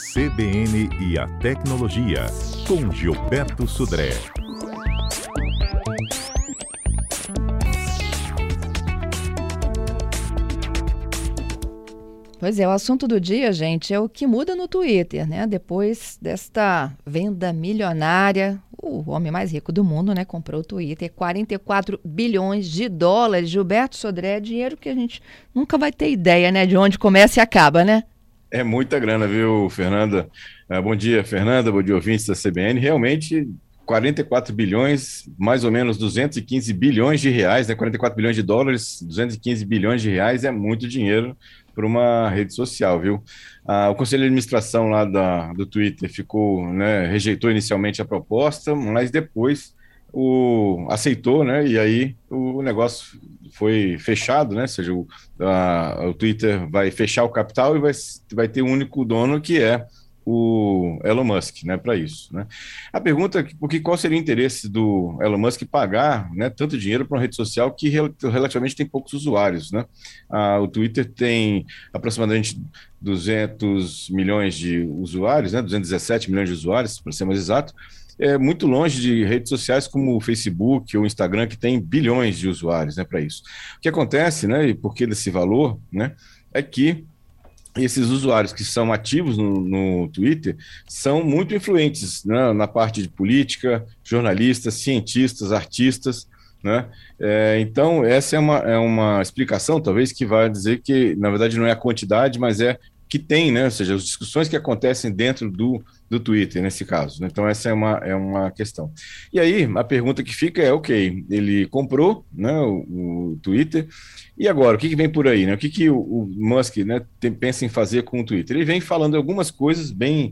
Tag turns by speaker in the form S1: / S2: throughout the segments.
S1: CBN e a Tecnologia, com Gilberto Sudré.
S2: Pois é, o assunto do dia, gente, é o que muda no Twitter, né? Depois desta venda milionária, o homem mais rico do mundo, né, comprou o Twitter, 44 bilhões de dólares. Gilberto Sodré, dinheiro que a gente nunca vai ter ideia, né, de onde começa e acaba, né?
S3: É muita grana, viu, Fernanda? Bom dia, Fernanda, bom dia, ouvintes da CBN. Realmente, 44 bilhões, mais ou menos 215 bilhões de reais, né? 44 bilhões de dólares, 215 bilhões de reais é muito dinheiro para uma rede social, viu? O Conselho de Administração lá do Twitter rejeitou inicialmente a proposta, mas depois aceitou, né? E aí o negócio foi fechado, né? Ou seja, o Twitter vai fechar o capital e vai ter um único dono, que é o Elon Musk, né, para isso, né? A pergunta é qual seria o interesse do Elon Musk pagar, né, tanto dinheiro para uma rede social que relativamente tem poucos usuários, né? O Twitter tem aproximadamente 200 milhões de usuários, né, 217 milhões de usuários, para ser mais exato. É muito longe de redes sociais como o Facebook ou o Instagram, que tem bilhões de usuários, né, para isso. O que acontece, né, e por que desse valor, né, é que esses usuários que são ativos no Twitter são muito influentes, né, na parte de política, jornalistas, cientistas, artistas, né? Então, essa é uma explicação, talvez, que vai dizer que, na verdade, não é a quantidade, mas é que tem, né? Ou seja, as discussões que acontecem dentro do Twitter, nesse caso, né? Então, essa é uma questão. E aí, a pergunta que fica é, ok, ele comprou, né, o Twitter, e agora, o que vem por aí, né? O que o Musk, né, pensa em fazer com o Twitter? Ele vem falando algumas coisas bem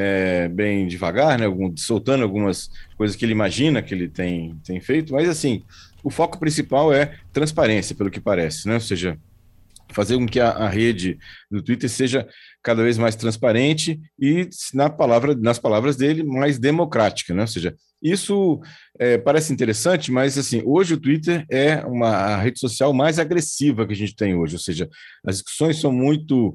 S3: devagar, né, soltando algumas coisas que ele imagina que ele tem feito, mas, assim, o foco principal é transparência, pelo que parece, né? Ou seja, fazer com que a rede do Twitter seja cada vez mais transparente e, nas palavras dele, mais democrática, né? Ou seja, isso parece interessante, mas, assim, hoje o Twitter é a rede social mais agressiva que a gente tem hoje, ou seja, as discussões são muito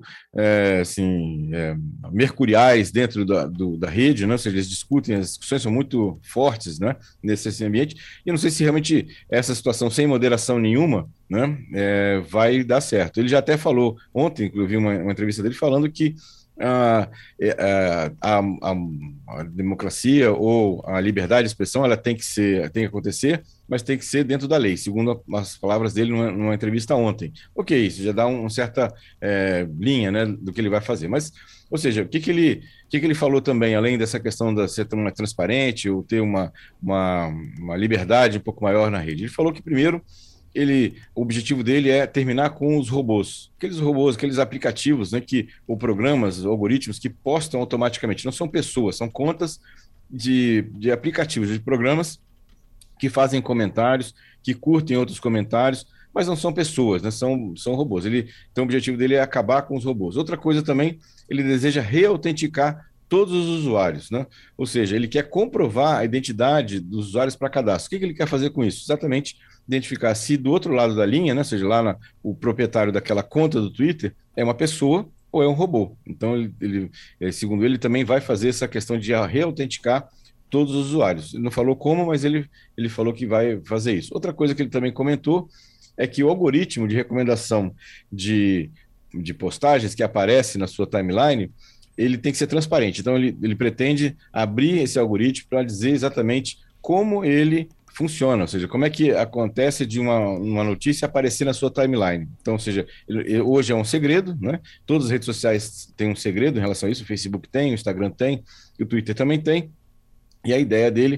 S3: mercuriais dentro da rede, né? Ou seja, eles discutem, as discussões são muito fortes, né, nesse ambiente, e eu não sei se realmente essa situação sem moderação nenhuma, né, vai dar certo. Ele já até falou ontem, eu vi uma entrevista dele falando que a democracia ou a liberdade de expressão, ela tem que acontecer, mas tem que ser dentro da lei, segundo as palavras dele numa entrevista ontem. Ok, isso já dá uma certa linha, né, do que ele vai fazer. Mas, ou seja, o que ele falou também, além dessa questão de ser mais transparente ou ter uma liberdade um pouco maior na rede? Ele falou que, primeiro, o objetivo dele é terminar com os robôs, aqueles aplicativos, né, ou programas, algoritmos que postam automaticamente. Não são pessoas, são contas de aplicativos, de programas que fazem comentários, que curtem outros comentários, mas não são pessoas, né, são robôs. Então, o objetivo dele é acabar com os robôs. Outra coisa também, ele deseja reautenticar todos os usuários, né? Ou seja, ele quer comprovar a identidade dos usuários para cadastro. O que ele quer fazer com isso? Exatamente identificar se do outro lado da linha, né, ou seja, o proprietário daquela conta do Twitter é uma pessoa ou é um robô. Então, segundo ele, também vai fazer essa questão de reautenticar todos os usuários. Ele não falou como, mas ele falou que vai fazer isso. Outra coisa que ele também comentou é que o algoritmo de recomendação de postagens que aparece na sua timeline, ele tem que ser transparente. Então, ele pretende abrir esse algoritmo para dizer exatamente como ele funciona, ou seja, como é que acontece de uma notícia aparecer na sua timeline. Então, ou seja, hoje é um segredo, né? Todas as redes sociais têm um segredo em relação a isso, o Facebook tem, o Instagram tem, e o Twitter também tem, e a ideia dele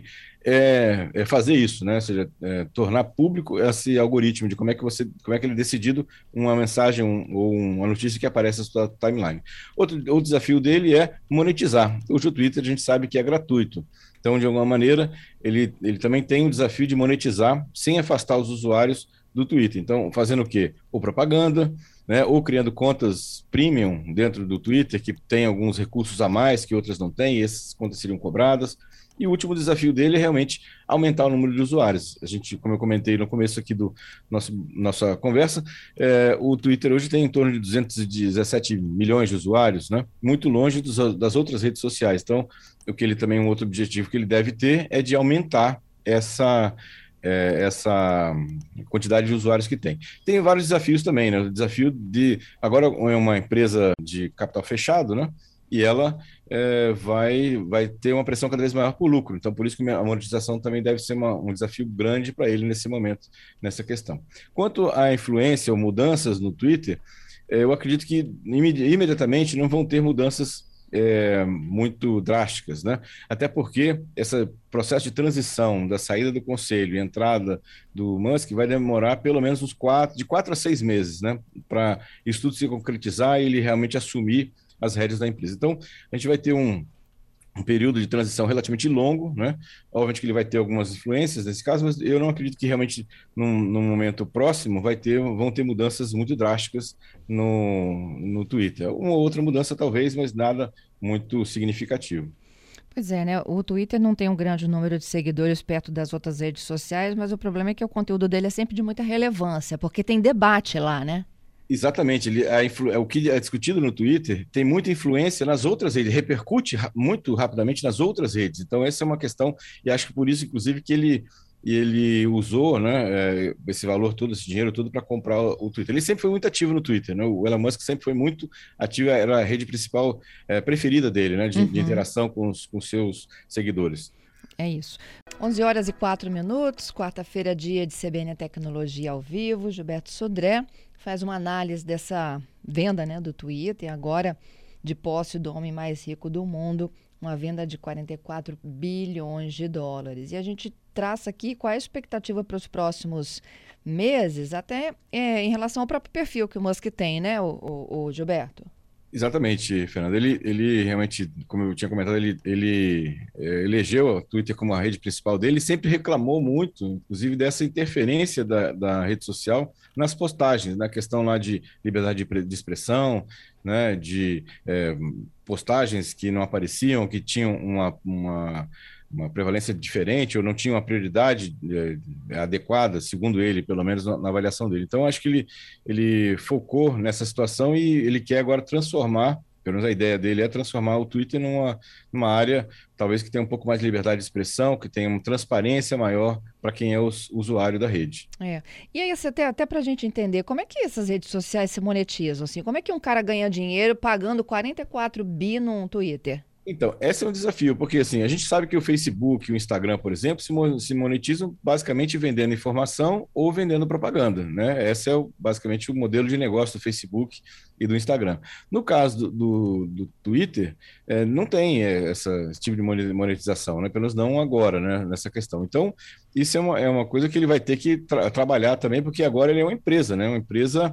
S3: é fazer isso, né? Ou seja, tornar público esse algoritmo de como é que ele é decidido uma mensagem ou uma notícia que aparece na sua timeline. Outro desafio dele é monetizar. Hoje o Twitter a gente sabe que é gratuito. Então, de alguma maneira, ele também tem o desafio de monetizar sem afastar os usuários do Twitter. Então, fazendo o quê? Ou propaganda, né? Ou criando contas premium dentro do Twitter, que tem alguns recursos a mais que outras não têm, e essas contas seriam cobradas, E o último desafio dele é realmente aumentar o número de usuários. A gente, como eu comentei no começo aqui do nossa conversa, o Twitter hoje tem em torno de 217 milhões de usuários, né? Muito longe das outras redes sociais. Então, um outro objetivo que ele deve ter é de aumentar essa quantidade de usuários que tem. Tem vários desafios também, né? O desafio agora é uma empresa de capital fechado, né? E ela vai ter uma pressão cada vez maior por lucro. Então, por isso que a monetização também deve ser um desafio grande para ele nesse momento, nessa questão. Quanto à influência ou mudanças no Twitter, eu acredito que imediatamente não vão ter mudanças muito drásticas, né? Até porque esse processo de transição da saída do conselho e entrada do Musk vai demorar pelo menos de 4 a 6 meses, né? Para isso tudo se concretizar e ele realmente assumir as rédeas da empresa. Então, a gente vai ter um período de transição relativamente longo, né? Obviamente que ele vai ter algumas influências nesse caso, mas eu não acredito que realmente num momento próximo vão ter mudanças muito drásticas no Twitter. Uma outra mudança talvez, mas nada muito significativo.
S2: Pois é, né? O Twitter não tem um grande número de seguidores perto das outras redes sociais, mas o problema é que o conteúdo dele é sempre de muita relevância, porque tem debate lá, né?
S3: Exatamente, o que é discutido no Twitter tem muita influência nas outras redes, repercute muito rapidamente nas outras redes. Então, essa é uma questão, e acho que por isso, inclusive, que ele usou, né, esse valor todo, esse dinheiro todo para comprar o Twitter. Ele sempre foi muito ativo no Twitter, né? O Elon Musk sempre foi muito ativo, era a rede principal preferida dele, né, de interação com seus seguidores.
S2: É isso. 11h04, quarta-feira, dia de CBN Tecnologia ao vivo. Gilberto Sodré faz uma análise dessa venda, né, do Twitter, agora de posse do homem mais rico do mundo, uma venda de 44 bilhões de dólares. E a gente traça aqui qual é a expectativa para os próximos meses, até em relação ao próprio perfil que o Musk tem, né, o Gilberto?
S3: Exatamente, Fernando. Ele realmente, como eu tinha comentado, ele elegeu o Twitter como a rede principal dele e sempre reclamou muito, inclusive, dessa interferência da rede social nas postagens, na questão lá de liberdade de expressão, né, de postagens que não apareciam, que tinham uma prevalência diferente ou não tinha uma prioridade adequada, segundo ele, pelo menos na avaliação dele. Então, acho que ele focou nessa situação e ele quer agora transformar, pelo menos a ideia dele é transformar o Twitter numa área, talvez que tenha um pouco mais de liberdade de expressão, que tenha uma transparência maior para quem é o usuário da rede.
S2: E aí, até para a gente entender, como é que essas redes sociais se monetizam? Assim? Como é que um cara ganha dinheiro pagando 44 bi no Twitter?
S3: Então, esse é um desafio, porque assim, a gente sabe que o Facebook e o Instagram, por exemplo, se monetizam basicamente vendendo informação ou vendendo propaganda, né? Esse é basicamente o modelo de negócio do Facebook e do Instagram. No caso do Twitter, não tem esse tipo de monetização, né? Pelo menos não agora, né? Nessa questão. Então, isso é uma coisa que ele vai ter que trabalhar também, porque agora ele é uma empresa, né? Uma empresa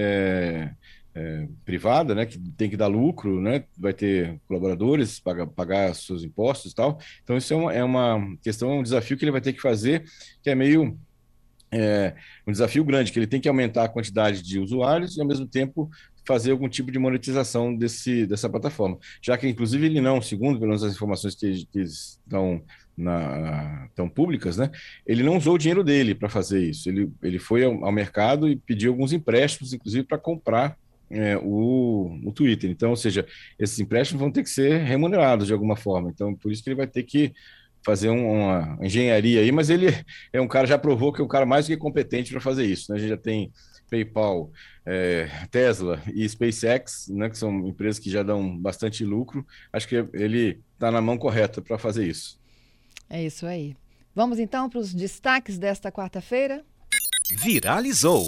S3: privada, né, que tem que dar lucro, né, vai ter colaboradores, pagar seus impostos e tal. Então, isso é uma questão, um desafio que ele vai ter que fazer, que é meio um desafio grande, que ele tem que aumentar a quantidade de usuários e, ao mesmo tempo, fazer algum tipo de monetização dessa plataforma. Já que, inclusive, ele não, segundo pelo menos as informações que estão públicas, né? Ele não usou o dinheiro dele para fazer isso. Ele foi ao mercado e pediu alguns empréstimos, inclusive, para comprar o Twitter. Então, ou seja, esses empréstimos vão ter que ser remunerados de alguma forma. Então, por isso que ele vai ter que fazer uma engenharia aí, mas ele é um cara, já provou que é um cara mais do que competente para fazer isso, né? A gente já tem PayPal, Tesla e SpaceX, né, que são empresas que já dão bastante lucro. Acho que ele está na mão correta para fazer isso.
S2: É isso aí. Vamos então para os destaques desta quarta-feira?
S1: Viralizou.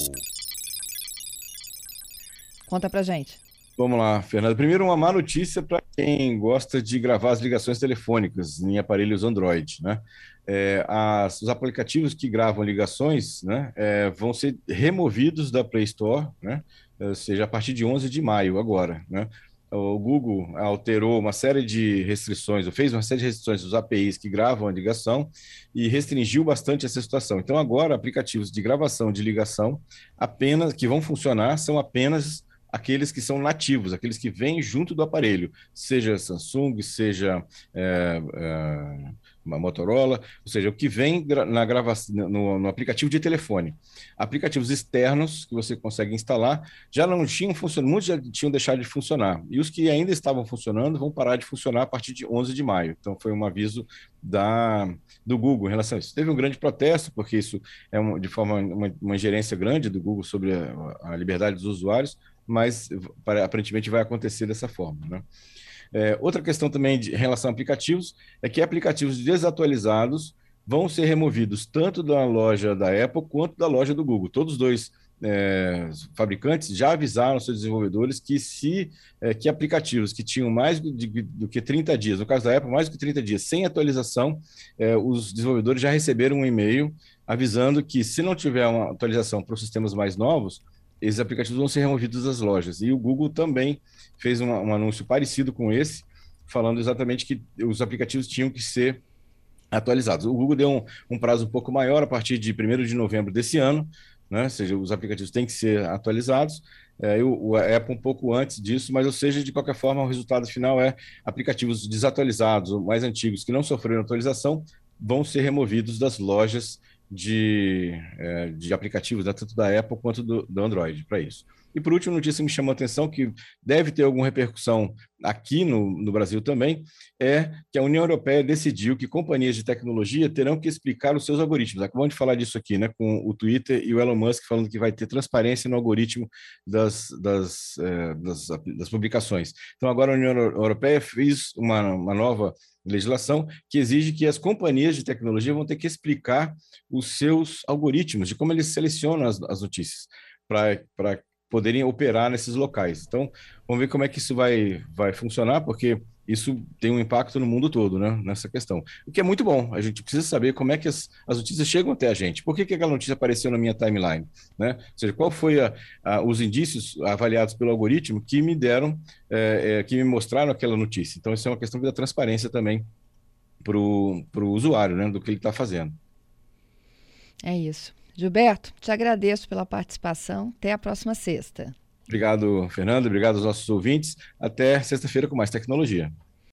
S2: Conta pra gente.
S3: Vamos lá, Fernando. Primeiro, uma má notícia para quem gosta de gravar as ligações telefônicas em aparelhos Android, né? Os aplicativos que gravam ligações, né, vão ser removidos da Play Store, né? Ou seja, a partir de 11 de maio agora, né? O Google alterou uma série de restrições, ou fez uma série de restrições dos APIs que gravam a ligação e restringiu bastante essa situação. Então, agora, aplicativos de gravação de ligação apenas que vão funcionar são apenas aqueles que são nativos, aqueles que vêm junto do aparelho, seja Samsung, seja uma Motorola, ou seja, o que vem na gravação, no aplicativo de telefone. Aplicativos externos que você consegue instalar já não tinham funcionado, muitos já tinham deixado de funcionar, e os que ainda estavam funcionando vão parar de funcionar a partir de 11 de maio. Então, foi um aviso do Google em relação a isso. Teve um grande protesto, porque isso é de forma uma ingerência grande do Google sobre a liberdade dos usuários, mas aparentemente vai acontecer dessa forma, né? Outra questão também em relação a aplicativos é que aplicativos desatualizados vão ser removidos tanto da loja da Apple quanto da loja do Google. Todos os dois fabricantes já avisaram seus desenvolvedores que aplicativos que tinham mais do que 30 dias, no caso da Apple, mais do que 30 dias sem atualização, os desenvolvedores já receberam um e-mail avisando que, se não tiver uma atualização para os sistemas mais novos, esses aplicativos vão ser removidos das lojas. E o Google também fez um anúncio parecido com esse, falando exatamente que os aplicativos tinham que ser atualizados. O Google deu um prazo um pouco maior, a partir de 1º de novembro desse ano, né? Ou seja, os aplicativos têm que ser atualizados, a Apple um pouco antes disso, mas, ou seja, de qualquer forma, o resultado final é aplicativos desatualizados ou mais antigos que não sofreram atualização vão ser removidos das lojas de aplicativos, né, tanto da Apple quanto do Android, para isso. E por último, notícia que me chamou a atenção, que deve ter alguma repercussão aqui no Brasil também, é que a União Europeia decidiu que companhias de tecnologia terão que explicar os seus algoritmos. Acabamos de falar disso aqui, né, com o Twitter e o Elon Musk falando que vai ter transparência no algoritmo das publicações. Então, agora a União Europeia fez uma nova legislação que exige que as companhias de tecnologia vão ter que explicar os seus algoritmos, de como eles selecionam as notícias, para poderem operar nesses locais. Então, vamos ver como é que isso vai funcionar, porque isso tem um impacto no mundo todo, né, nessa questão. O que é muito bom, a gente precisa saber como é que as notícias chegam até a gente. Por que aquela notícia apareceu na minha timeline? Né? Ou seja, qual foi os indícios avaliados pelo algoritmo que me deram, que me mostraram aquela notícia. Então, isso é uma questão da transparência também para o usuário, né, do que ele está fazendo.
S2: É isso. Gilberto, te agradeço pela participação. Até a próxima sexta.
S3: Obrigado, Fernando. Obrigado aos nossos ouvintes. Até sexta-feira com mais tecnologia.